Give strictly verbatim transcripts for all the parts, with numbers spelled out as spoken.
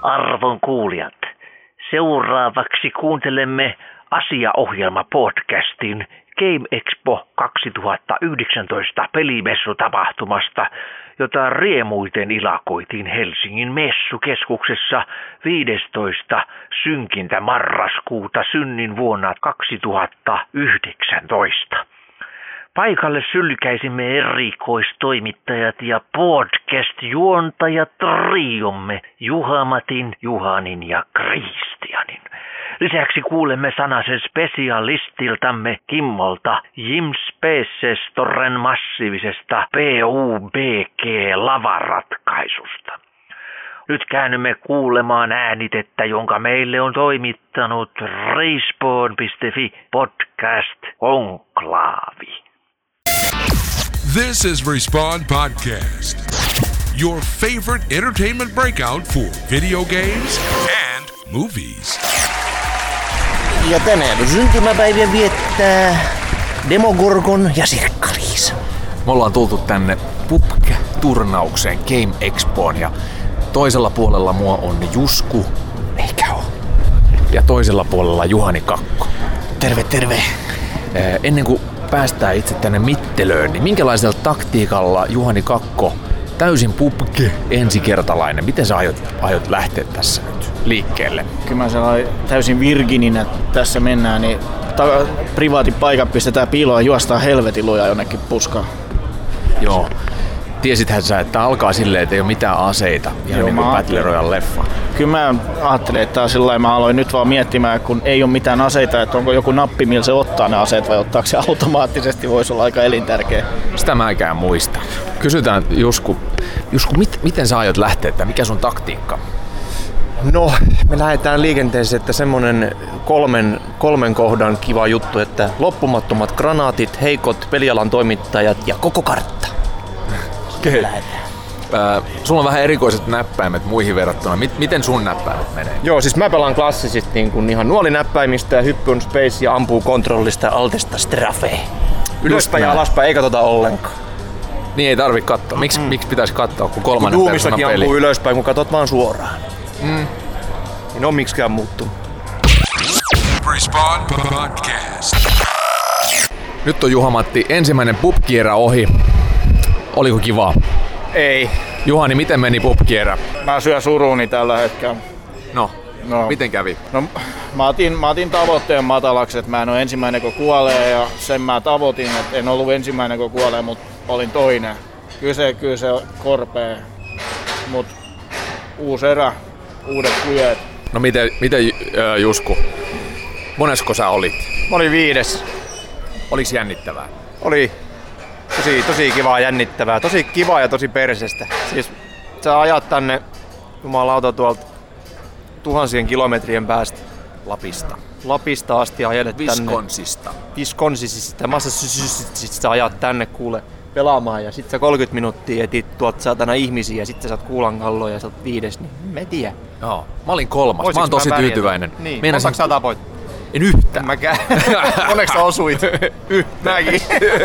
Arvon kuulijat, seuraavaksi kuuntelemme asiaohjelma-podcastin Game Expo kaksituhattayhdeksäntoista pelimessutapahtumasta, jota riemuiten ilakoitiin Helsingin messukeskuksessa viidestoista synkintä marraskuuta synnin vuonna kaksituhattayhdeksäntoista. Paikalle sylkäisimme erikoistoimittajat ja podcast-juontajat triomme Juha-Matin, Juhanin ja Kristianin. Lisäksi kuulemme sanasen spesialistiltamme Kimmolta Jim Specestoren massiivisesta P U B G-lavaratkaisusta. Nyt käännymme kuulemaan äänitettä, jonka meille on toimittanut Respawn piste fi podcast Konklaavi. This is Respawn Podcast, your favorite entertainment breakout for video games and movies. Ja tänään syntymäpäivän viettää Demogorgon ja Sirkka-Liisa. Me ollaan tultu tänne Pupke-turnaukseen Game Expoon ja toisella puolella mua on Jusku. Eikä oo. Ja toisella puolella Juhani Kakko. Terve, terve. Ee, ennen kuin päästään itse tänne mittelöön, niin minkälaisella taktiikalla Juhani Kakko, täysin Pupke ensikertalainen, miten sä aiot, aiot lähteä tässä nyt liikkeelle? Kyllä mä sellainen täysin virgininä tässä mennään, niin ta- privaatin paikat pistetään piiloon ja juostaan helvetin lujaa jonnekin puskaan. Joo. Tiesithän sä, että alkaa silleen, että ei ole mitään aseita, ihan Joo, niin kuin Battle Royale leffa. Kyllä mä ajattelin, että tää on sillä lailla, mä aloin nyt vaan miettimään, kun ei ole mitään aseita, että onko joku nappi, millä se ottaa ne aseet vai ottaako se automaattisesti, voisi olla aika elintärkeä. Sitä mä ikään muista. Kysytään Jusku, Jusku mit, miten sä aiot lähteä, että mikä sun taktiikka? No, me lähdetään liikenteeseen, että semmonen kolmen, kolmen kohdan kiva juttu, että loppumattomat granaatit, heikot pelialan toimittajat ja koko kartta. Kyllä. Äh, sulla on vähän erikoiset näppäimet muihin verrattuna. Mit, miten sun näppäimet menee? Joo, siis mä pelaan klassisesti niin kuin ihan nuolinäppäimistä ja hyppy on space ja ampuu kontrollista altesta strafeen. Ylöspäin ja alaspäin ei katsota ollenkaan. Niin ei tarvi katsoa. Miks, mm. Miksi pitäisi katsoa, kun kolmannen kun persoonan peli? Duumistakin ampuu ylöspäin, kun katsot vaan suoraan. Mm. Ei ole miksikään muuttunut. Respawn Podcast. Nyt on Juha-Matti ensimmäinen pub-kierä ohi. Oliko kivaa? Ei. Juhani, miten meni pub-kierä? Mä syön suruuni tällä hetkellä. No, No. miten kävi? No, mä otin, mä otin tavoitteen matalaksi, että mä en ole ensimmäinen, kun kuolee, ja sen mä tavoitin, että en ollut ensimmäinen, kun kuolee, mutta olin toinen. Kyllä se, kyllä se korpee, mutta uusi erä, uudet kujet. No miten, miten äh, Jusku? Monesko sä olit? Mä olin viides. Oliks jännittävää? Oli tosi, tosi kivaa, jännittävää, tosi kivaa ja tosi persestä. Siis sä ajat tänne, jumalauta, tuolta tuhansien kilometrien päästä Lapista. Lapista asti ajelet tänne. Wisconsinista. Wisconsinista, Massachusettsista sä ajat tänne kuule pelaamaan ja sit sä kolmekymmentä minuuttia etit tuot saatana ihmisiä ja sit sä saat kuulankalloa ja sä oot viides, niin mä tiedä. Joo, mä olin kolmas. Voisitko mä oon tosi mä tyytyväinen. Niin, Meinasin... montako sä tapoit? En yhtään. En mäkään. Onneksi sä osuit. Mäkin.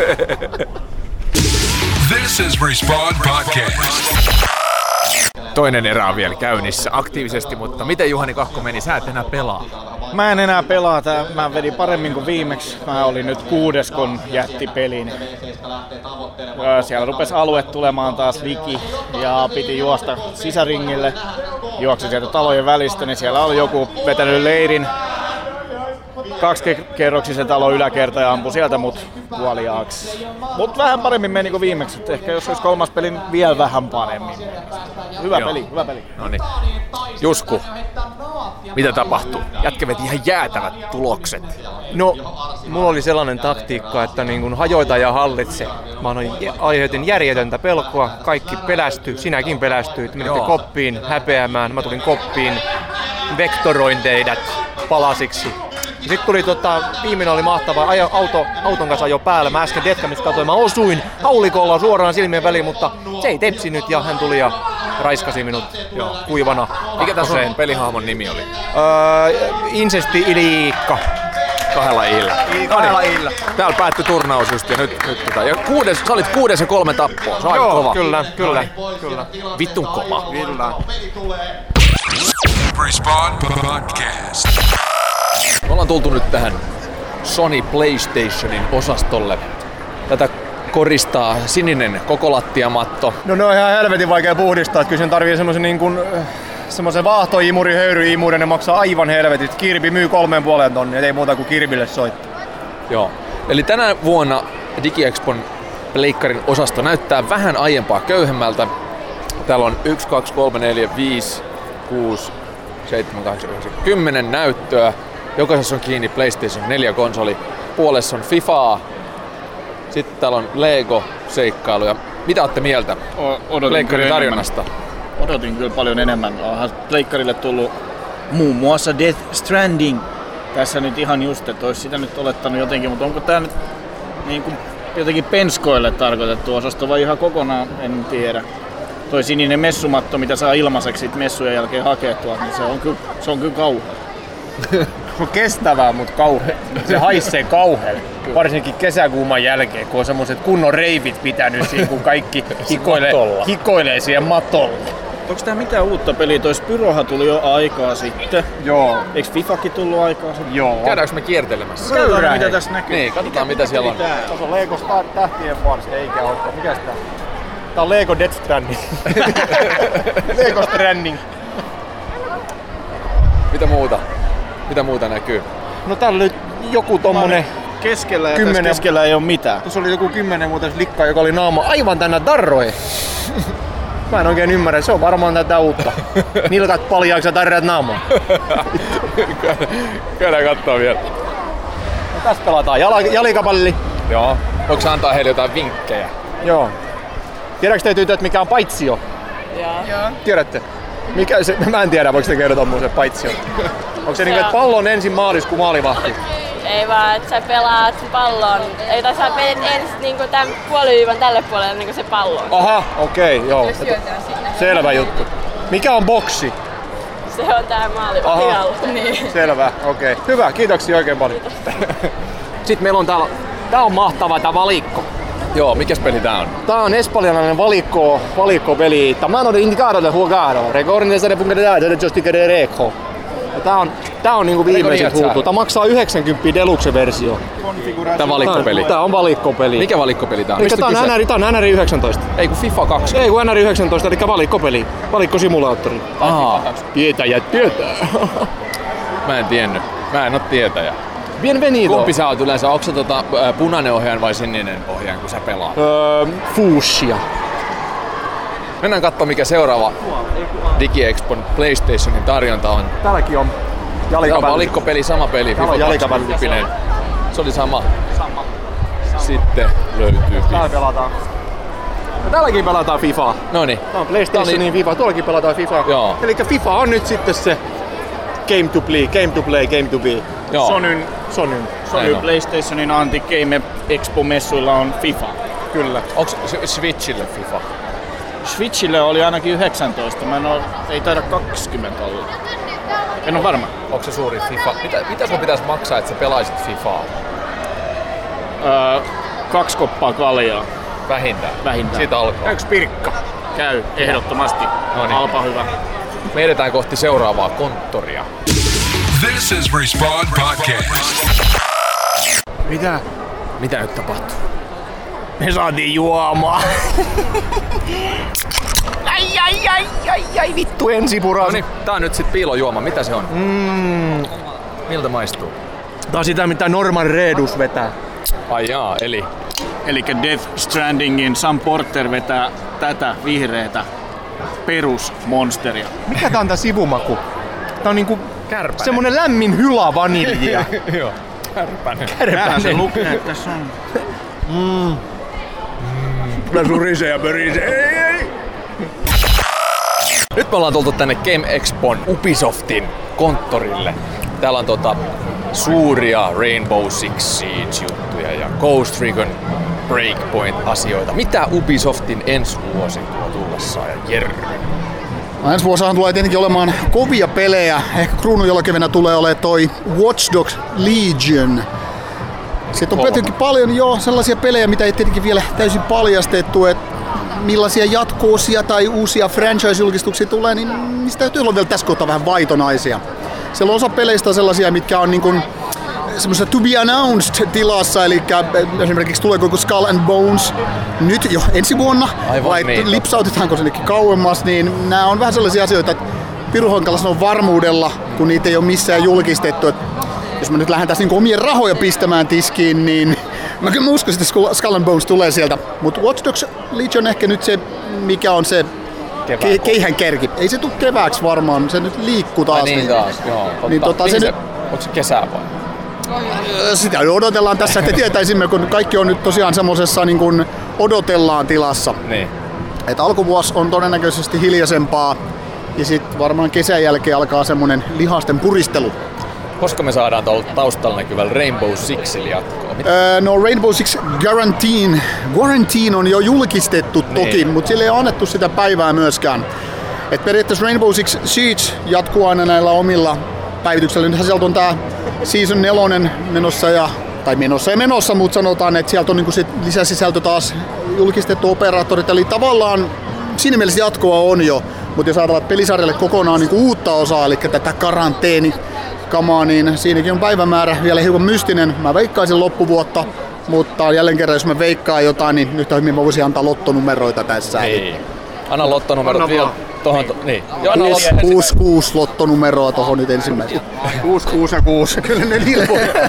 This is Respawn Podcast. Toinen erä on vielä käynnissä aktiivisesti, mutta miten Juhani Kakko meni? Sä et enää pelaa. Mä en enää pelaa, tää, mä vedin paremmin kuin viimeksi. Mä olin nyt kuudes, kun jätti pelin. Siellä rupesi alue tulemaan taas liki ja piti juosta sisäringille. Juoksin sieltä talojen välistä, niin siellä oli joku vetänyt leirin. Kaksikerroksisen talon yläkerta ja ampui sieltä mut kuoliaaksi. Mut vähän paremmin meni kuin viimeksi. Ehkä jos olisi kolmas peli, niin vielä vähän paremmin. Hyvä Joo. peli, hyvä peli. Noniin. Jusku, mitä tapahtuu? Jätkä veti ihan jäätävät tulokset. No, mulla oli sellainen taktiikka, että niin kun hajoita ja hallitse. Mä annoin, aiheutin järjetöntä pelkoa, kaikki pelästyi, sinäkin pelästyit. Menitte Joo. koppiin häpeämään, mä tulin koppiin, vektoroin teidät palasiksi. Sitten tuli tota, viimeinen oli mahtava, ajo, auto, auton kanssa ajo päällä. Mä äsken Detkamista katsoin, mä osuin haulikolla suoraan silmien väliin, mutta se ei tepsinyt ja hän tuli ja raiskasi minut Joo. kuivana. Mikä tässä kakkoseen. sun pelihahmon nimi oli? Öö, Insesti Iliikka. Kahdella iillä. Kahdella iillä. Täällä päättyi turnaus just ja nyt, nyt tota. Ja kuudes, sä olit kuudes ja kolme tappoa. Se on aika Joo, kova. kyllä, kyllä, kyllä. Vittun kova. Kyllä. Respawn Podcast. Me ollaan tultu nyt tähän Sony PlayStationin osastolle. Tätä koristaa sininen koko lattiamatto. No ne on ihan helvetin vaikea puhdistaa, että kyllä sen tarvii semmosen niin kuin semmoisen vaahtoimuri, höyryimuri, ne maksaa aivan helvetit. Kirby myy kolmeen puoleen tonnia, ei muuta kuin Kirbylle soittaa. Joo. Eli tänä vuonna DigiExpon pleikkarin osasto näyttää vähän aiempaa köyhemmältä. Täällä on yksi, kaksi, kolme, neljä, viisi, kuusi, seitsemän, kahdeksan, yhdeksän, kymmenen näyttöä. Jokaisessa on kiinni PlayStation neljä konsoli. Puolessa on FIFAa. Sitten täällä on Lego-seikkailuja. Mitä olette mieltä pleikkarin tarjonnasta? Odotin kyllä paljon enemmän. Onhan pleikkarille tullut muun muassa Death Stranding. Tässä nyt ihan just, että olisi sitä nyt olettanut jotenkin, mutta onko tää nyt niin kuin jotenkin penskoille tarkoitettu osasto vai ihan kokonaan, en tiedä. Toi sininen messumatto, mitä saa ilmaiseksi messujen jälkeen hakettua, niin se on kyllä, se on kyllä kauhea. Se on kestävää, mutta kauhea. Se haisee kauhealle. Varsinkin kesäkuuman jälkeen, kun on semmoset kunnon reivit pitänyt siinä, kun kaikki hikoilee, hikoilee siihen matolle. Onko tää mitään uutta peliä? Toi Spyrohan tuli jo aikaa sitten. Joo. Eiks FIFAkin tullut aikaa sitten? Joo. Käydäänkö me kiertelemässä? Katsotaan mitä tässä näkyy. Niin, katsotaan mitä siellä on. Tässä on Lego Star tähtien varsi, eikä ole. Mikäs tää? Tää on Lego Death Stranding. Lego Stranding. Mitä muuta? Mitä muuta näkyy? No täällä oli joku tommonen Keskellä ja Kymmenen- tässä keskellä ei oo mitään. Tuossa oli joku kymmenen vuotias likka, joka oli naama aivan täynnä darroja. Mä en oikein ymmärrä, se on varmaan tätä uutta. Nilkat paljaaksi ja tarjat naamaa. Käydään kattoo vielä. No, tässä pelataan Jala- jalikapalli. Joo. Voiko sä antaa heille jotain vinkkejä? Joo. Tiedätkö te tytöt mikä on paitsio? Joo. Tiedätte? Mikä se, mä en tiedä, voiko te kertoa mun se paitsio. Onko se niinku, että pallo on ensin maalissa kuin maalivahti? Ei vaan, että sä pelaat pallon. Ei tai sä pelit ensin niinku tän puoliviivan tälle puolelle niinku se pallo. Aha, okei, okay, joo. Syötään sinne. Selvä juttu. Mikä on boksi? Se on tää maalivahti Aha. alla. Niin. Selvä, okei. Okay. Hyvä, kiitoksia oikein paljon. Sitten meillä on täällä, tää on mahtava tää valikko. Joo, mikäs peli tää on? Tää on espanjalainen valikko, valikkopeli. Tamaño de indicado de jugar. Recuerden de ser funcionalidad de joystick de rejo. Ja tää on, tää on niinku viimeisin huutu. Tää maksaa yhdeksänkymmentä Deluxe-versio. Tää valikkopeli. Tää on valikkopeli. Mikä valikkopeli tää on? Elikkä tää on, N R, tää on N R yhdeksäntoista. Ei kun FIFA kaksi. Ei kun N R yhdeksäntoista, eli valikkopeli. Valikkosimulaattori. Aa, Tietäjät tietää. mä en tiennyt. Mä en oo tietäjä. Bienvenido. Kumpi sä oot yleensä? Onko sä tota, ä, punainen ohjaaja vai sininen ohjaaja, kun sä pelaat? Öö, fuusia. Mennään katsomaan mikä seuraava DigiExpon PlayStationin tarjonta on. Täälläkin on Tää on jalikapalli. valikkopeli, sama peli. Täällä on FIFA jalikapalli. kaksikymmentä. Se oli sama. Sitten löytyy Täällä FIFA. pelataan. Ja täälläkin pelataan FIFAa. Noniin. Tää on PlayStationin FIFA, tuollakin pelataan FIFAa. Joo. Elikkä FIFA on nyt sitten se game to play, game to play, game to be. Joo. Sonyn, Sonyn. Sony Näin on. PlayStationin Anti Game Expo-messuilla on FIFA. Kyllä. Onks S- Switchille FIFA? Switchille oli ainakin yhdeksäntoista, mä en oo, ei taida kaksikymmentä olla. En oo varma. Onko se suuri FIFA? Mitä, mitä sun pitäisi maksaa, että sä pelaisit FIFAa? Öö, kaksi koppaa kaljaa Vähintään. vähintään. Siitä alkaa. Käykö Pirkka? Käy, ehdottomasti. No niin. Alpa hyvä. Me edetään kohti seuraavaa konttoria. This is Respawn Podcast. Mitä? Mitä nyt tapahtuu? Me saatiin juomaa. ai ai ai ai ai vittu ensipuras. No niin, tää on nyt sit piilojuoma. Mitä se on? Mm, Miltä maistuu? tää on sitä mitä Norman Reedus vetää. Ai jaa, eli Elikkä Death Strandingin Sam Porter vetää tätä vihreätä perusmonsteria. Mikä tää on tää sivumaku? Tää on niinku kärpänen. semmonen lämmin hyla vaniljia. Joo. Kärpänen. Tämähän se lukee, että tässä on. Mm. Kyllä surisee ja pörisee. Ei, ei. Nyt me ollaan tultu tänne Game Expon Ubisoftin konttorille. Täällä on tota suuria Rainbow Six Siege juttuja ja Ghost Recon Breakpoint-asioita. Mitä Ubisoftin ensi vuosi tuo tullessaan ja Jerry? No, ensi vuosihan tulee tietenkin olemaan kovia pelejä. Ehkä kruununjalokivenä tulee olemaan toi Watch Dogs Legion. Sitten on Kolme. tietenkin paljon jo sellaisia pelejä, mitä ei tietenkin vielä täysin paljastettu. Et millaisia jatko-osia tai uusia franchise-julkistuksia tulee, niin niistä täytyy olla vielä tässä kohtaa vähän vaitonaisia. Siellä on osa peleistä sellaisia, mitkä on niin kuin semmoisessa to be announced tilassa, eli esimerkiksi tuleeko joku Skull and Bones nyt jo ensi vuonna, Aivan vai niin. lipsautetaanko sinnekin kauemmas, niin nämä on vähän sellaisia asioita, että pirun hankala sanoa varmuudella, kun niitä ei ole missään julkistettu. Että jos mä nyt lähden tässä niin omia rahoja pistämään tiskiin, niin mä kyllä uskon, että Skull and Bones tulee sieltä. Mutta Watch Dogs Legion ehkä nyt se, mikä on se ke- keihän kärki. Ei se tule kevääksi varmaan, se nyt liikkuu taas. Ai niin taas, joo. Niin tota, se, se, nyt, onko se kesää vai? sitä odotellaan tässä, että tietäisimme, kun kaikki on nyt tosiaan semmoisessa niin kuin odotellaan tilassa. Niin. Et alkuvuosi on todennäköisesti hiljaisempaa ja sitten varmaan kesän jälkeen alkaa semmoinen lihasten puristelu. Koska me saadaan tuolta taustalla näkyvällä Rainbow Sixille jatkoa? Öö, no Rainbow Six Guarantine, Guarantine on jo julkistettu toki, niin. Mutta sille ei ole annettu sitä päivää myöskään. Et periaatteessa Rainbow Six Siege jatkuu aina näillä omilla päivityksillä. Nythän sieltä on tää Season nelonen menossa ja tai menossa ja menossa, mutta sanotaan, että sieltä on niinku sit lisäsisältö taas julkistettu operaattorit, eli tavallaan siinä mielessä jatkoa on jo, mutta jos ajatellaan pelisarjalle kokonaan niinku uutta osaa, eli tätä karanteenikamaa, niin siinäkin on päivämäärä vielä hiukan mystinen. Mä veikkaisin loppuvuotta, mutta jälleen kerran jos mä veikkaan jotain, niin yhtä hyvin mä voisin antaa lottonumeroita tässä. Ei. Anna lottonumerot vielä tohon. To, niin. Jo, anna kuusi, kuusi, kuusi lottonumeroa tohon nyt ensimmäisenä. kuusi, kuusi ja kuusi. Kyllä ne niillä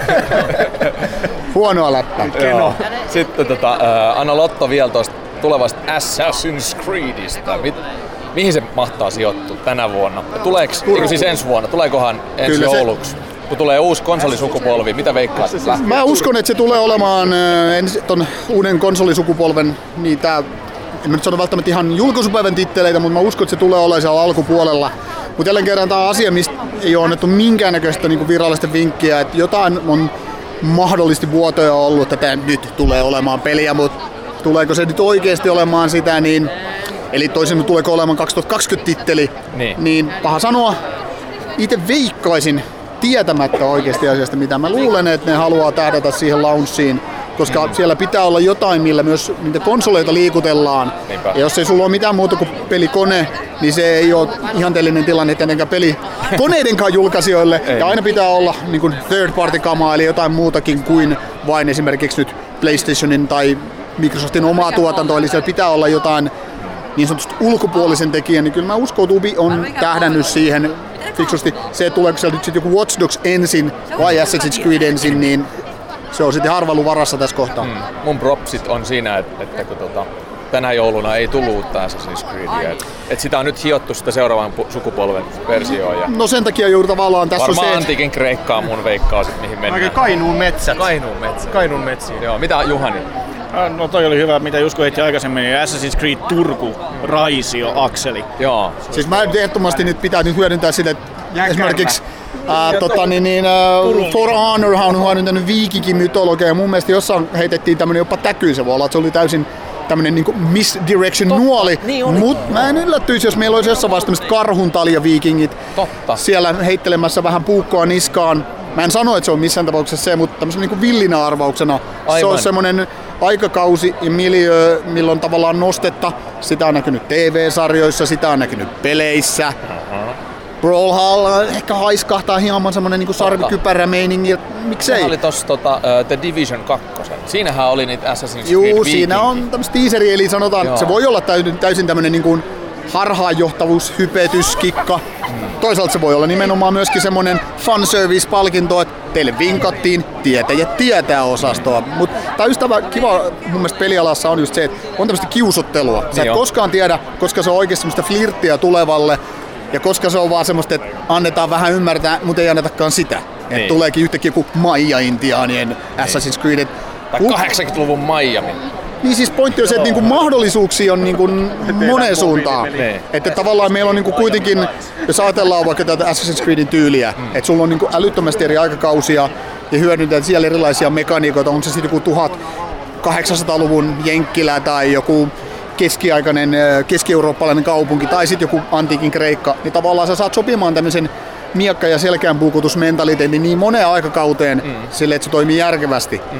huonoa läppää. Sitten tota, äh, anna lotto vielä tuosta tulevasta Assassin's Creedistä. Mi- mihin se mahtaa sijoittua tänä vuonna? Tuleeko, eikö siis ensi vuonna? Tuleekohan ensi Kyllä jouluksi? Se... Kun tulee uusi konsolisukupolvi, mitä veikkaat? Mä uskon, että se tulee olemaan äh, ton uuden konsolisukupolven niitä. En nyt sano välttämättä ihan julkaisupäivän titteleitä, mutta mä uskon, että se tulee olemaan siellä alkupuolella. Mutta jälleen kerran tämä asia, mistä ei ole annettu minkäännäköistä niin virallista vinkkiä, että jotain on mahdollisesti vuotoja ollut, että tämä nyt tulee olemaan peliä, mutta tuleeko se nyt oikeasti olemaan sitä, niin eli toisin tuleeko olemaan kaksituhattakaksikymmentä titteli, niin, niin paha sanoa. Itse veikkaisin tietämättä oikeasti asiasta, mitä mä luulen, että ne haluaa tähdätä siihen launchiin. Koska mm. siellä pitää olla jotain, millä myös niitä konsoleita liikutellaan. Niinpä. Ja jos ei sulla ole mitään muuta kuin pelikone, niin se ei ole ihanteellinen tilanne tietenkään pelikoneidenkaan julkaisijoille. Ja aina pitää olla niin kuin third party kamaa, eli jotain muutakin kuin vain esimerkiksi nyt PlayStationin tai Microsoftin omaa tuotantoa. Eli siellä pitää olla jotain niin sanotusti ulkopuolisen tekijän. Niin kyllä mä uskon, että Ubi on tähdännyt siihen fiksusti. Se, että tuleeko siellä nyt sitten joku Watch Dogs ensin vai Assassin's Creed ensin, niin se on sitten harvailun varassa tässä kohtaa. Mm. Mun propsit on siinä, että, että kun tota, tänä jouluna ei tullut uutta Assassin's Creedia. Että et sitä on nyt hiottu sitä seuraavan sukupolven versioon. Ja no sen takia juuri tavallaan tässä varmaan on se, antiikin Kreikkaa mun veikkaa sit mihin mennään. Oikein Kainuun metsät. Kainuun metsät. Kainuun metsiä. Joo, mitä Juhani? No toi oli hyvä, mitä Jusko heitti aikaisemmin, Assassin's Creed Turku, Raisio, Akseli. Joo. Siis mä ehdottomasti nyt pitää nyt hyödyntää sitä, että esimerkiksi Ää, tota, niin, niin, uh, For Honorhan on hyödyntänyt viikikin mytologia ja mun mielestä jossain heitettiin tämmönen jopa täky, se voi olla, että se oli täysin tämmönen niinku misdirection Totta. nuoli, niin mutta mä en yllättyisi, jos meillä olisi jossain vaiheessa tämmöiset karhuntaljaviikingit Totta. siellä heittelemässä vähän puukkoa niskaan. Mä en sano, että se on missään tapauksessa se, mutta tämmöisen niinku villinä arvauksena Aivan. se on semmonen aikakausi ja miljöö, milloin tavallaan nostetta. Sitä on näkynyt T V-sarjoissa, sitä on näkynyt peleissä. Uh-huh. Brawlhalla ehkä haiskahtaa hieman semmonen niinku sarvikypärä meiningi, miksei? Sehän oli tossa tota, uh, The Division kaksi. Siinähän oli niitä Assassin's Creed Juu, Viking. siinä on tämmöstä teaseri, eli sanotaan, Joo. se voi olla täysin, täysin tämmönen niinku harhaanjohtavuus, hypetys, kikka. Hmm. Toisaalta se voi olla nimenomaan myöskin semmonen fanservice-palkinto, että teille vinkattiin tietäjät tietää osastoa. Mutta tää ystävä kiva mun mielestä pelialassa on just se, että on tämmöstä kiusottelua. Sä et niin koskaan tiedä, koska se on oikeesti semmoista flirttiä tulevalle. Ja koska se on vaan semmoista, että annetaan vähän ymmärtää, mutta ei annetakaan sitä. Niin. Että tuleekin yhtäkkiä joku Maija-intiaanien niin. Assassin's Creed. Tai kahdeksankymmentäluvun Miami. Niin siis pointti on se, että niinku mahdollisuuksia on niinku moneen suuntaan. Niin. Että tavallaan meillä on niinku kuitenkin, jos ajatellaan vaikka tätä Assassin's Creedin tyyliä, mm. että sulla on niinku älyttömästi eri aikakausia ja hyödyntää siellä erilaisia mekaniikoita. On se sitten joku tuhatkahdeksansataaluvun Jenkkilä tai joku keskiaikainen keski-eurooppalainen kaupunki tai sitten joku antiikin Kreikka, niin tavallaan sä saat sopimaan tämmöisen miekka- ja selkäänpuukutusmentaliteetin niin moneen aikakauteen mm. sille, että se toimii järkevästi. Mm.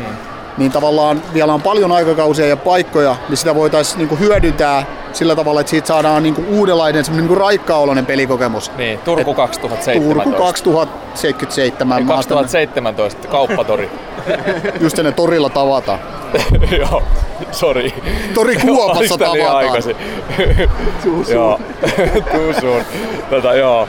niin tavallaan vielä on paljon aikakausia ja paikkoja, niin sitä voitaisiin niinku hyödyntää sillä tavalla, että siitä saadaan niinku uudenlainen niinku raikkaoloinen pelikokemus. Niin, Turku Et, kaksituhattaseitsemäntoista. Turku kaksituhattaseitsemäntoista. kaksituhattaseitsemäntoista, kauppatori. Just ne torilla tavataan. Joo, sori. Tori Kuopassa tavataan. Aikaisin. Joo, Tuusuun. Tota, joo.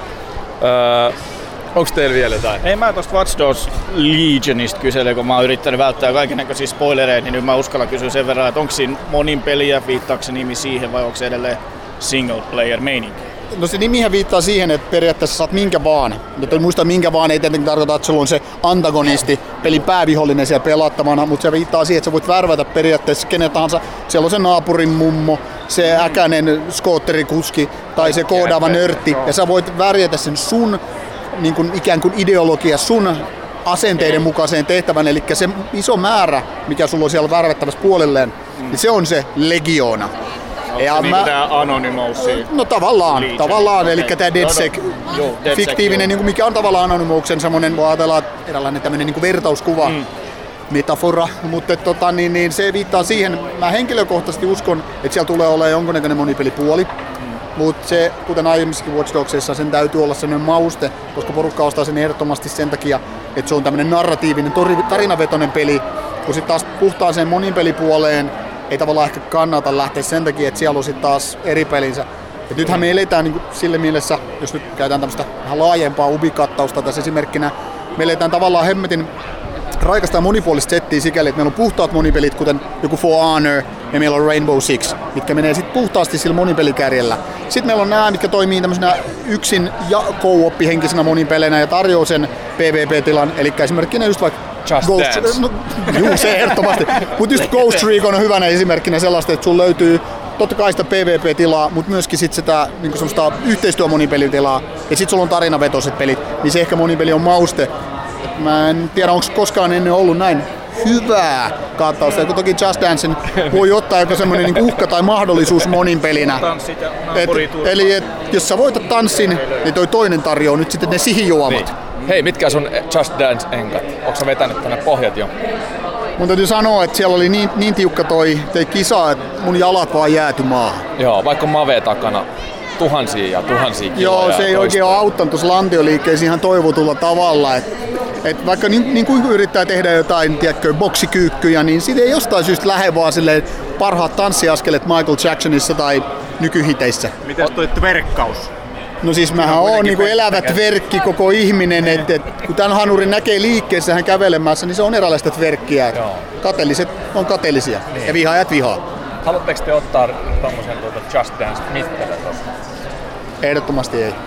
Öö, onks teillä vielä jotain? Ei mä tosta Watch Dogs Legionista kysele, kun mä oon yrittänyt välttää kaikennäköisiä spoilereita, niin nyt mä uskallan kysyä sen verran, että onko siinä monin peliä, viittaako se nimi siihen vai onko se edelleen single player meininki? No se nimihän viittaa siihen, että periaatteessa saat minkä vaan. Mutta muista minkä vaan ei tietenkin tarkoita, että sulla on se antagonisti, pelin päävihollinen siellä pelattavana, mutta se viittaa siihen, että sä voit värvätä periaatteessa kenen tahansa. Siellä on se naapurin mummo, se äkäinen skootterikuski tai se koodaava nörtti, ja sä voit värjätä sen sun niin kuin ikään kuin ideologia, sun asenteiden mukaiseen tehtävän, eli se iso määrä, mikä sulla on siellä värvättävässä puolelleen, mm. niin se on se legioona. Onko ja se mä, niin tää Anonymous? No tavallaan, Legion. tavallaan, eli Okay. tää DedSec, no, no, joo, DedSec fiktiivinen, niin kuin mikä on tavallaan Anonymousen semmonen, voi ajatella eräänlainen tämmönen niin kuin vertauskuva, mm. metafora, mutta tota, niin, niin se viittaa siihen, mä henkilökohtaisesti uskon, että siellä tulee olemaan jonkunnäköinen monipelipuoli. Mm. Mutta se, kuten aiemmissakin Watch Dogsissa, sen täytyy olla sellainen mauste, koska porukka ostaa sen ehdottomasti sen takia, että se on tämmöinen narratiivinen, tarinavetoinen peli, kun sitten taas puhtaaseen monipelipuoleen ei tavallaan ehkä kannata lähteä sen takia, että siellä on sitten taas eri pelinsä. Et nythän me eletään niin sille mielessä, jos nyt käytetään tämmöistä vähän laajempaa ubikattausta tässä esimerkkinä, me eletään tavallaan hemmetin raikasta ja monipuolista settiä sikäli, että meillä on puhtaat monipelit, kuten joku For Honor ja meillä on Rainbow Six, mitkä menee sitten puhtaasti sillä monipelikärjellä. Sitten meillä on nämä, mitkä toimii tämmöisenä yksin ja co-op-henkisenä monipeleinä ja tarjoaa sen PvP-tilan, eli esimerkkinä just vaikka Just Ghost, Dance. no, juu, se ehdottomasti. Mutta just Ghost Recon on hyvänä esimerkkinä sellaista, että sulla löytyy totta kai sitä PvP-tilaa, mutta myöskin sit sitä niinku semmoista yhteistyömonipelitilaa. Ja sit sulla on tarinavetoiset pelit, niin se ehkä monipeli on mauste. Et mä en tiedä, onko koskaan ennen ollut näin hyvää kattausta. Ja toki Just Dancen voi ottaa joku semmoinen niinku uhka tai mahdollisuus monin pelinä. Et, eli et, jos sä voitat tanssin, niin toi toinen tarjoaa nyt sitten ne sihijuomat. Niin. Hei, mitkä sun Just Dance-enkat? Onko sä vetänyt tänne pohjat jo? Mun täytyy sanoa, että siellä oli niin, niin tiukka toi, toi kisa, että mun jalat vaan jääty maahan. Joo, vaikka Mave takana tuhansia ja tuhansia kiloja. Joo, se ei oikein ole auttanut tuossa lantioliikkeessä ihan toivotulla tavalla. Et, et vaikka niin, niin kuin yrittää tehdä jotain, tiedätkö, boksikyykkyjä, niin siitä ei jostain syystä lähde vaan silleen parhaat tanssiaskelet Michael Jacksonissa tai nykyhiteissä. Mitäs toi tverkkaus? No siis mähän oon niinku elävä tverkki koko ihminen, että et, kun tämän hanurin näkee liikkeessä hän kävelemässä, niin se on eräänlaista tverkkiä. Kateelliset on kateellisia niin. Ja vihaajat vihaa. Haluatteko te ottaa tommosen tuota Just Dance-mittelä tuossa? Ehdottomasti ei.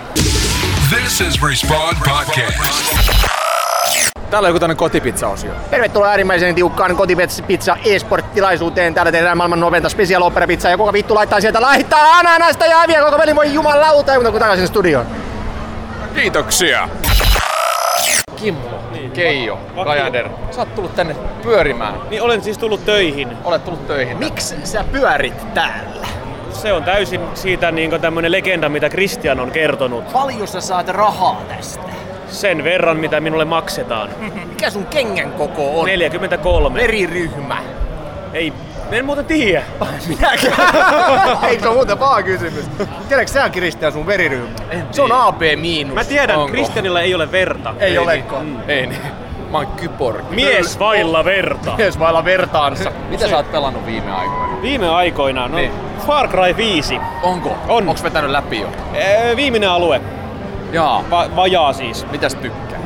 This is Respawn Podcast. Täällä on joku tämmönen kotipizza-osio. Tervetuloa äärimmäisen tiukkaan kotipizza e-sport-tilaisuuteen. Täällä tehdään maailman nopeinta special opera pizzaa ja kuka vittu laittaa sieltä laittaa ananasta ja avia koko pelin voi jumalauta ja kun takaisin studioon. Kiitoksia! Kimmo, Keijo, Kajander, sä oot tullut tänne pyörimään. Niin olen siis tullut töihin. Olet tullut töihin. Miksi sä pyörit täällä? Se on täysin siitä niin tämmönen legenda, mitä Christian on kertonut. Paljon sä saat rahaa tästä? Sen verran, mitä minulle maksetaan. Mikä sun kengän koko on? neljäkymmentäkolme. Veriryhmä. Ei, en muuten tiedä. Minäkään. Eikö se ole muuten vaan kysymys? Tiedätkö sä, Christian, sun veriryhmä? Se on A B miinus. Mä tiedän, Onko? Christianilla ei ole verta. Ei, ei oleko? Mm. Ei niin. Mä oon kyborg. Mies vailla verta. Mies vailla vertaansa. Mitä sä oot pelannut viime aikoina? Viime aikoina, no Niin. Far Cry viisi. Onko? On. Onks vetänyt läpi jo? Ee, viimeinen alue. Jaa. Va- vajaa siis. Mitäs tykkää?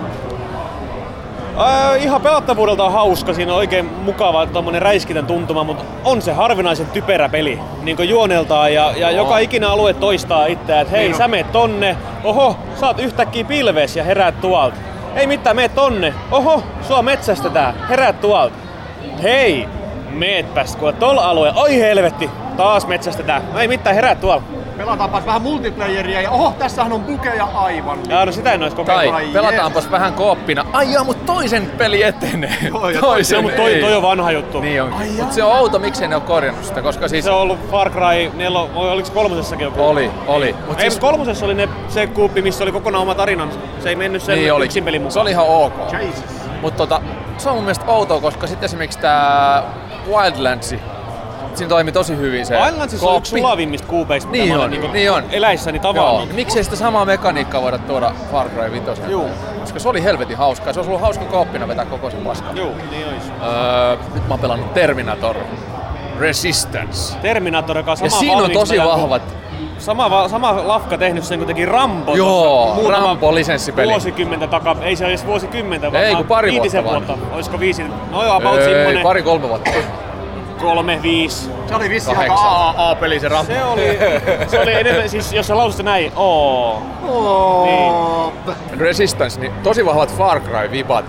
Ää, ihan pelattavuudelta on hauska, siinä on oikein mukava tommonen räiskitän tuntuma, mutta on se harvinaisen typerä peli. Niinku juoneltaan ja, ja joka ikinä alue toistaa itseään, että hei Niin sä meet tonne, oho, sä oot yhtäkkiä pilves ja heräät tuolta. Ei mitään, meet tonne, oho, sua metsästetään, heräät tuolta. Hei, meetpäs, kun tolla alue, oi helvetti, taas metsästetään. Ei mitään, heräät tuolta. Pelataanpas vähän multiplayeria ja oho, tässähän on bukeja aivan. Jaa, no sitä en ois kokeillut. Tai pelataanpas vähän kooppina. Ai jaa, mut toisen peli etenee. Toisen Joo, mutta toi, ei. toi on vanha juttu. Niin on. Mut se on outo, miksei ne oo korjannut sitä, koska siis... Se on ollut Far Cry neljä, oliko kolmosessakin joku? Oli, oli. Mut Ei, siis... kolmosessa oli ne, se kuuppi, missä oli kokonaan oma tarina. Se ei mennyt sen Niin oli. yksin pelin mukaan. Se oli ihan ok. Mutta tota, se on mun mielestä outoa, koska sitten esimerkiksi tää Wildlandsi, siinä toimi tosi hyvin se Wildlandsissa on yksi sulavimmista kuupeista, niin mitä on, mä olen niin niin on. eläissäni tavannut. Joo, miksei sitä samaa mekaniikkaa voida tuoda Far Cry viisi? Juu. Koska se oli helvetin hauskaa. Se olisi ollut hauska kooppina vetää koko sen paskan. Joo, niin ois. Öö, nyt mä oon pelannut Terminator Resistance. Terminator, joka on sama ja siinä on tosi vahvat. Sama, sama lafka tehnyt sen kuitenkin Rambo. Joo, Rambo-lisenssipeli. Vuosikymmentä takaa, ei se edes vuosikymmentä, vaan ei, kun pari vuotta, vuotta. Olisiko viisi? No joo, about semmonen. Pari kolme vuotta. Kolme, viisi. Se oli vissiin aika A A-peli se Rambo. Se oli, se oli enemmän, siis jos sä lausutte näin, ooo. Oh. Niin. Resistance, niin tosi vahvat Far Cry-vibat.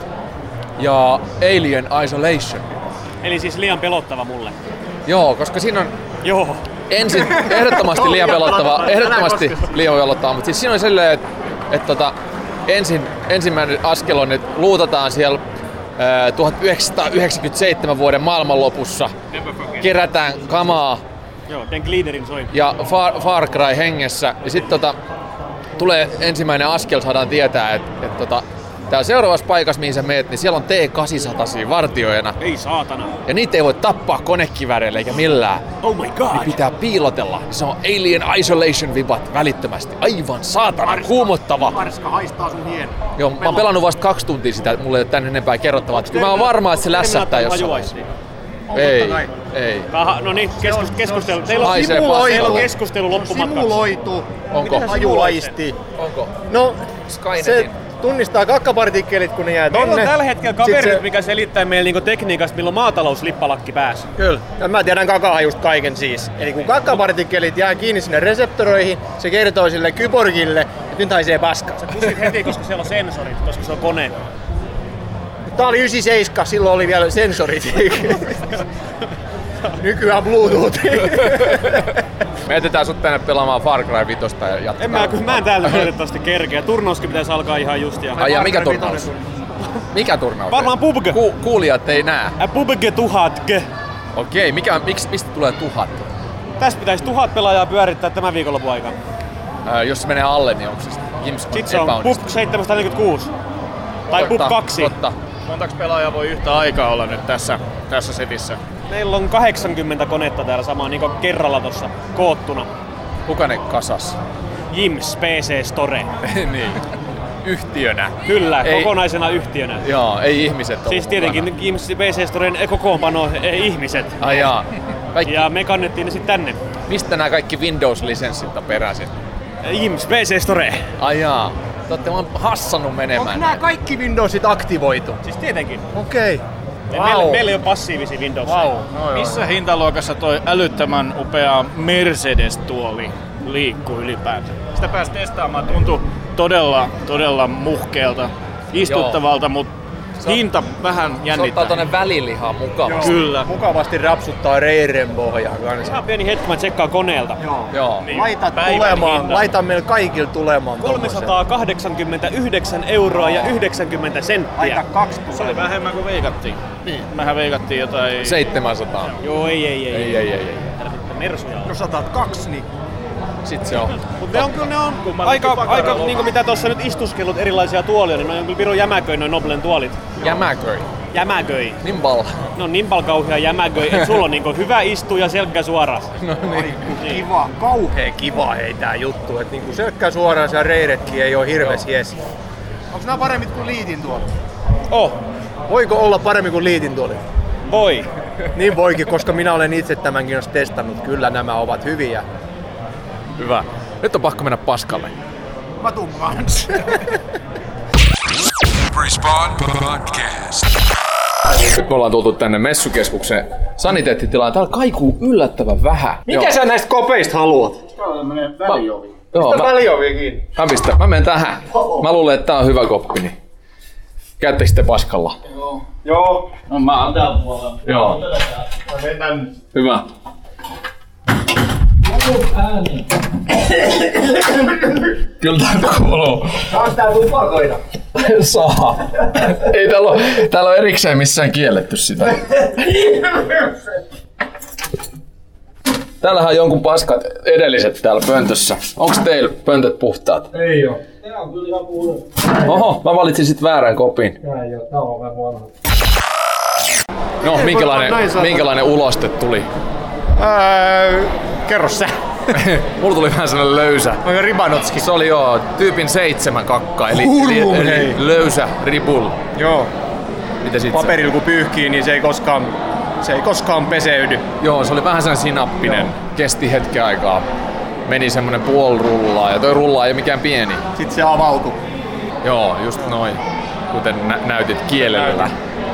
Ja Alien Isolation. Eli siis liian pelottava mulle. Joo, koska siinä on Joo. ensin ehdottomasti liian pelottava, ehdottomasti liian pelottava, mutta siis siinä on silleen, että et tota, ensin, ensimmäinen askel on, että luutataan siellä ää, tuhatyhdeksänsataayhdeksänkymmentäseitsemän vuoden maailmanlopussa, kerätään kamaa. Joo, Den Gliederin soi. Ja Far, Far Cry hengessä, ja sitten tota, tulee ensimmäinen askel, saadaan tietää, että et, tota, täällä seuraavassa paikassa, mihin sä meet, niin siellä on T kahdeksansataa vartioijana. Ei saatana. Ja niitä ei voi tappaa konekiväreillä eikä millään. Oh my god. Niin pitää piilotella. Se on Alien Isolation vibat välittömästi. Aivan saatana kuumottava. Parska haistaa sun hien. Joo, mä oon pelannut vasta kaksi tuntia sitä, mulle ei ole tänne enempää kerrottavaa. Kyllä mä oon varma, että se lässättää jossain vaiheessa. Ei, ei. Aha, no niin, keskus, keskustelu. Teillä on, teillä on keskustelu loppumatkaksi. Simuloitu. Onko? Hajulaisti. Onko? No, Skynetin. se tunnistaa kakkapartikkelit, kun ne jää tonne. Meillä on tällä hetkellä kaveri, se... mikä selittää meille niinku tekniikasta, milloin maatalouslippalakki pääsi. Kyllä. Ja mä tiedän kakahajusta kaiken siis. Eli kun kakkapartikkelit jää kiinni sinne reseptoroihin, se kertoo sille kyborgille, että nyt haisee paskaa. Sä kusit heti, koska siellä on sensorit, koska se on kone. Tää oli yhdeksänkymmentäseitsemän, silloin oli vielä sensorit. Nykyään Bluetooth. Me jätetään sut tänne pelaamaan Far Cry viisi ja jatketaan. En mä, kun mä en täältä valitettavasti kerkeä. Turnauskin pitäisi alkaa ihan just. Ja... Ai ja mikä turnaus? Mikä turnaus? Varmaan P U B G. Ku, kuulijat ei näe. P U B G tuhat. Okei, mikä, miksi, mistä tulee tuhat? Tässä pitäisi tuhat pelaajaa pyörittää tämän viikonlopun aikana. Ää, jos se menee alle, niin onko se Gamescom Sitten se on P U B G seitsemänsataaneljäkymmentäkuusi. Tai P U B G kaksi. Totta. Montaks pelaajaa voi yhtä aikaa olla nyt tässä, tässä setissä? Meillä on kahdeksankymmentä konetta täällä samaa niin kuin kerralla tossa koottuna. Kuka ne kasas? Jims P C Store. Niin. Yhtiönä. Kyllä, ei, kokonaisena yhtiönä. Joo, ei ihmiset ole Siis tietenkin mukana. Jims P C Storen kokoonpano ei ihmiset. Ai jaa. Kaikki... Ja me kannettiin ne sitten tänne. Mistä nämä kaikki Windows-lisenssit on peräisin? Jims P C Store. Ai jaa. Te ootte vaan hassannut menemään. Onko nämä kaikki Windowsit aktivoitu? Siis tietenkin. Okei. Okay. Wow. Meillä, meillä ei ole passiivisia Windowsia. Wow. No missä hintaluokassa toi älyttömän upea Mercedes-tuoli liikkuu ylipäätään? Sitä pääsi testaamaan, tuntui todella, todella muhkealta, istuttavalta, mutta hinta vähän jännittää. Se ottaa tonne välilihaa mukavasti. Kyllä. Mukavasti rapsuttaa reiren pohjaa kanssa. Ihan pieni hetki, mä tsekkaan koneelta. Joo. Joo. Niin. Laita tulemaan, hinta. Laita meille kaikille tulemaan. kolmesataakahdeksankymmentäyhdeksän euroa ja yhdeksänkymmentä senttiä. Aika kaksi tulee. Se oli vähemmän kuin veikattiin. Niin. Mehän veikattiin jotain... seitsemänsataa. Joo, ei, ei, ei. Ei, ei, ei. ei. Mersuja. No sataat kaksi, niin... Sit se on. Mut ne on kyllä ne on aika, aika niinku mitä tossa nyt istuskellut erilaisia tuolia, niin ne on kyllä pirun jämäköi noin Noblen tuolit. Jämäköi. Jämäköi. Nimbal. No nimbal kauhea jämäköi, et sulla on niinku hyvä istua ja selkkä suoraan. No niin. Kiva, kauhea kiva hei tää juttu, et niinku selkkä suoraan ja reiretkin ei oo hirves jes. Onks nää paremmit kuin liitin tuolit? Oh. Voiko olla paremmin kuin liitin tuolit? Voi. Niin voikin, koska minä olen itse tämänkin jos testannut. Kyllä nämä ovat hyviä. Hyvä. Nyt on pakko mennä paskalle. Mä tuun kans. Respawn Podcast. Nyt me ollaan tultu tänne messukeskuksen saniteettitilaan. Täällä kaikuu yllättävän vähän. Mikä Joo. sä näistä kopeista haluat? Täällä on tämmönen väliovi. Joo, Mistä mä, väliovi kiinni? mä, pistän, mä menen tähän. Mä luulen, että tää on hyvä koppi. Niin. Käyttekö sitten paskalla? Joo. Joo. No mä oon täällä puolella. Joo. Mä menen tänne. Hyvä. Ääni. Kyllä tää kuuluu. Saas tää tupakoida? Saa. Ei täällä ole, täällä on erikseen missään kielletty sitä. Täällähän on jonkun paskat edelliset täällä pöntössä. Onks teillä pöntöt puhtaat? Ei oo. Tää on kyllä ihan puhunut. Oho, mä valitsin sit väärän kopin. Tää ei oo, tää on vähän vanha. No, minkälainen, minkälainen uloste tuli? Öö, kerro sä. Mulla tuli vähän sellainen löysä. Onko Ribanotski? Se oli joo, tyypin seitsemän kakka, eli, Hurru, eli, hei. eli löysä ribul. Joo. Mitä sit Paperilla kun pyyhkii, niin se ei koskaan, se ei koskaan peseydy. Joo, se oli vähän sellainen sinappinen. Joo. Kesti hetken aikaa. Meni semmonen puol rullaa, ja toi rullaa ei ole mikään pieni. Sitten se avautui. Joo, just noin. Kuten nä- näytit kielellä.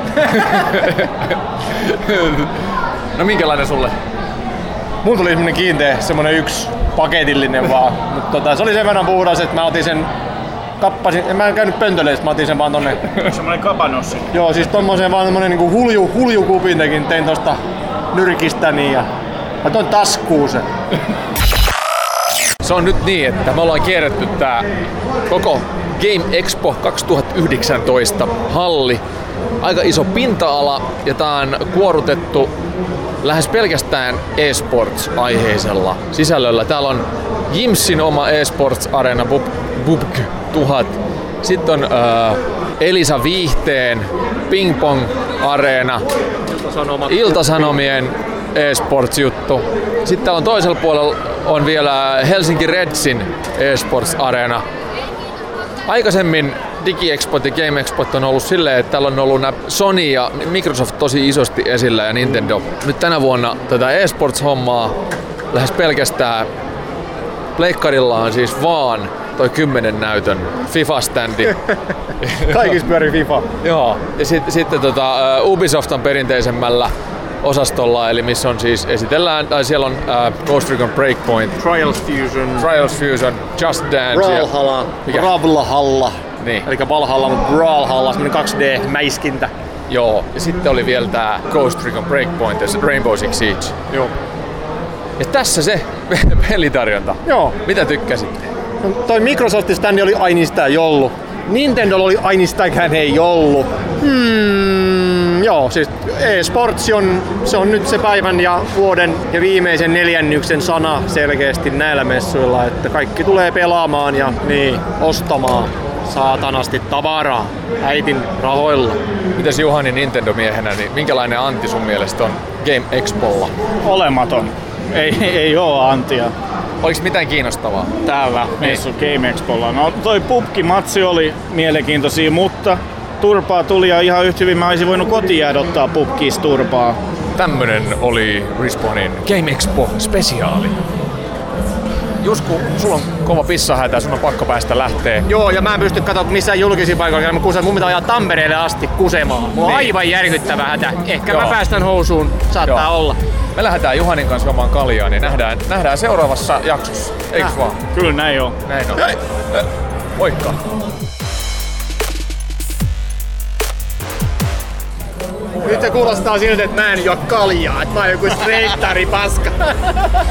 No minkälainen sulle? Mulla tuli semmonen kiinteä, semmonen yksi paketillinen vaan. Mut tota, se oli sen verran puhdas, että mä otin sen kappasin, en mä käynyt pöntölle, mä otin sen vaan tonne. Semmoinen kabanossi. Joo, siis tommoseen vaan semmonen niinku hulju, huljukupin tekin, tein tosta nyrkistä niin ja mä toin taskuun sen. Se on nyt niin, että me ollaan kierretty tää koko Game Expo kaksituhattayhdeksäntoista halli. Aika iso pinta-ala ja tää on kuorutettu lähes pelkästään eSports-aiheisella sisällöllä. Täällä on Jimsin oma eSports-areena Bub, Bubk tuhat. Sitten on äh, Elisa Viihteen ping-pong-areena, Ilta-Sanomien eSports-juttu. Sitten täällä on toisella puolella on vielä Helsinki Redsin eSports-areena. Aikaisemmin DigiExpot ja GameExpot on ollut silleen, että täällä on ollut nämä Sony ja Microsoft tosi isosti esillä ja Nintendo. Nyt tänä vuonna tätä eSports-hommaa lähes pelkästään pleikkarilla on siis vaan toi kymmenen näytön FIFA-standi. Kaikissa pyörii FIFA. Joo. Ja sitten sit, tota, Ubisoft on perinteisemmällä osastolla, eli missä on siis esitellään, tai siellä on uh, Ghost Recon Breakpoint, Trials Fusion, Trials Fusion, Just Dance, Brawlhalla, Brawlhalla, niin. Eli Valhalla, mutta Brawlhalla, semmonen kaksi D-mäiskintä. Joo, ja sitten oli vielä tää Ghost Recon Breakpoint ja Rainbow Six Siege. Joo. Ja tässä se pelitarjonta. Joo. Mitä tykkäsitte? No, toi Microsoftin standi oli aini sitä ei ollut. Nintendo oli aini sitäkään ei ollut. Hmm, joo, siis eSports on, se on nyt se päivän ja vuoden ja viimeisen neljännyksen sana selkeästi näillä messuilla, että kaikki tulee pelaamaan ja niin, ostamaan saatanasti tavaraa äitin rahoilla. Mitäs Juhani Nintendo-miehenä, niin minkälainen anti sun mielestä on Game Expolla? Olematon. Ei, ei oo antia. Oliko mitään kiinnostavaa? Täällä messu Game Expolla. No toi pubki-matsi oli mielenkiintoisia, mutta turpaa tuli ja ihan yhtä hyvin mä olisin voinut kotiin jäädä ottaa pubkiis turpaa. Tämmönen oli Respawnin Game Expo spesiaali. Jusku, sulla on kova pissahätä, sun on pakko päästä lähtee. Joo, ja mä en pysty katsomaan missään julkisia paikoilla, mä kuusen, mun pitää ajaa Tampereelle asti kusemaan. Mulla on niin. Aivan järkyttävä hätä. Ehkä Joo. mä päästän housuun, saattaa Joo. olla. Me lähdetään Juhanin kanssa omaan kaljaan, niin nähdään, nähdään seuraavassa jaksossa. Eiks vaan? Kyllä näin on. Näin on. Moikka! Nyt se kuulostaa siltä, että mä en juo kaljaa, että mä oon joku streittari paska.